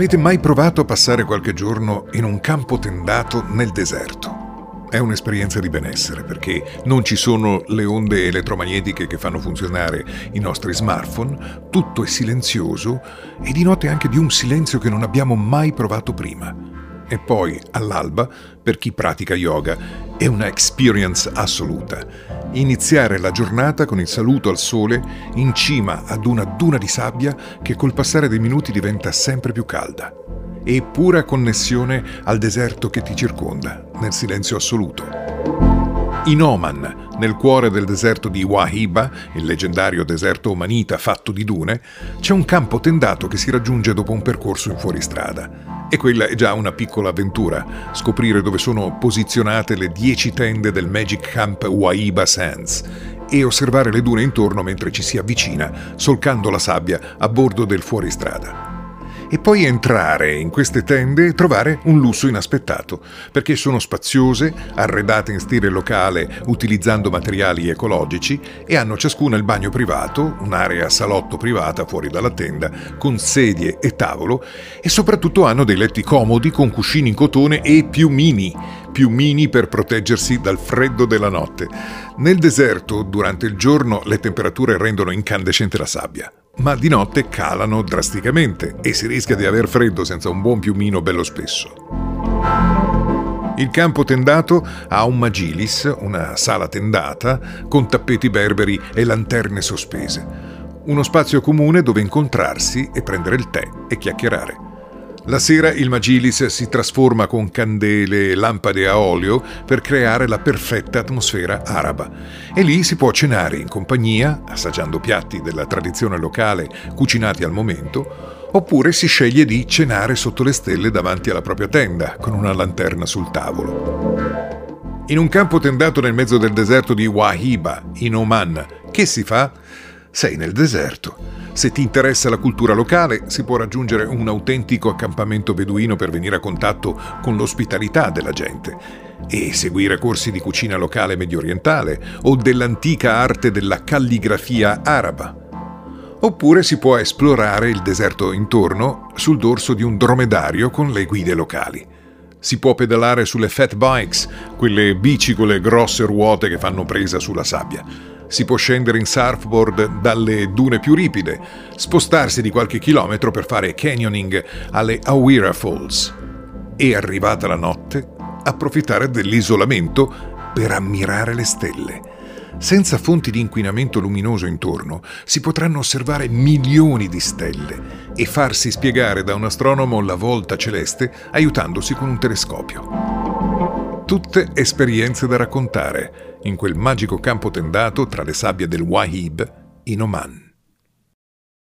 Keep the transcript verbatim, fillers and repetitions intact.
Avete mai provato a passare qualche giorno in un campo tendato nel deserto? È un'esperienza di benessere perché non ci sono le onde elettromagnetiche che fanno funzionare i nostri smartphone, tutto è silenzioso e di notte anche di un silenzio che non abbiamo mai provato prima. E poi, all'alba, per chi pratica yoga, è una experience assoluta. Iniziare la giornata con il saluto al sole in cima ad una duna di sabbia che col passare dei minuti diventa sempre più calda. E pura connessione al deserto che ti circonda, nel silenzio assoluto. In Oman, nel cuore del deserto di Wahiba, il leggendario deserto omanita fatto di dune, c'è un campo tendato che si raggiunge dopo un percorso in fuoristrada. E quella è già una piccola avventura, scoprire dove sono posizionate le dieci tende del Magic Camp Wahiba Sands e osservare le dune intorno mentre ci si avvicina, solcando la sabbia a bordo del fuoristrada. E poi entrare in queste tende e trovare un lusso inaspettato, perché sono spaziose, arredate in stile locale utilizzando materiali ecologici e hanno ciascuna il bagno privato, un'area salotto privata fuori dalla tenda, con sedie e tavolo, e soprattutto hanno dei letti comodi con cuscini in cotone e piumini, piumini per proteggersi dal freddo della notte. Nel deserto, durante il giorno, le temperature rendono incandescente la sabbia, ma di notte calano drasticamente e si rischia di aver freddo senza un buon piumino bello spesso. Il campo tendato ha un Majlis, una sala tendata, con tappeti berberi e lanterne sospese. Uno spazio comune dove incontrarsi e prendere il tè e chiacchierare. La sera il Majlis si trasforma con candele e lampade a olio per creare la perfetta atmosfera araba. E lì si può cenare in compagnia, assaggiando piatti della tradizione locale cucinati al momento, oppure si sceglie di cenare sotto le stelle davanti alla propria tenda, con una lanterna sul tavolo. In un campo tendato nel mezzo del deserto di Wahiba, in Oman, che si fa? Sei nel deserto. Se ti interessa la cultura locale, si può raggiungere un autentico accampamento beduino per venire a contatto con l'ospitalità della gente e seguire corsi di cucina locale mediorientale o dell'antica arte della calligrafia araba. Oppure si può esplorare il deserto intorno sul dorso di un dromedario con le guide locali. Si può pedalare sulle fat bikes, quelle bici con le grosse ruote che fanno presa sulla sabbia. Si può scendere in surfboard dalle dune più ripide, spostarsi di qualche chilometro per fare canyoning alle Awira Falls e, arrivata la notte, approfittare dell'isolamento per ammirare le stelle. Senza fonti di inquinamento luminoso intorno, si potranno osservare milioni di stelle e farsi spiegare da un astronomo la volta celeste aiutandosi con un telescopio. Tutte esperienze da raccontare in quel magico campo tendato tra le sabbie del Wahib in Oman.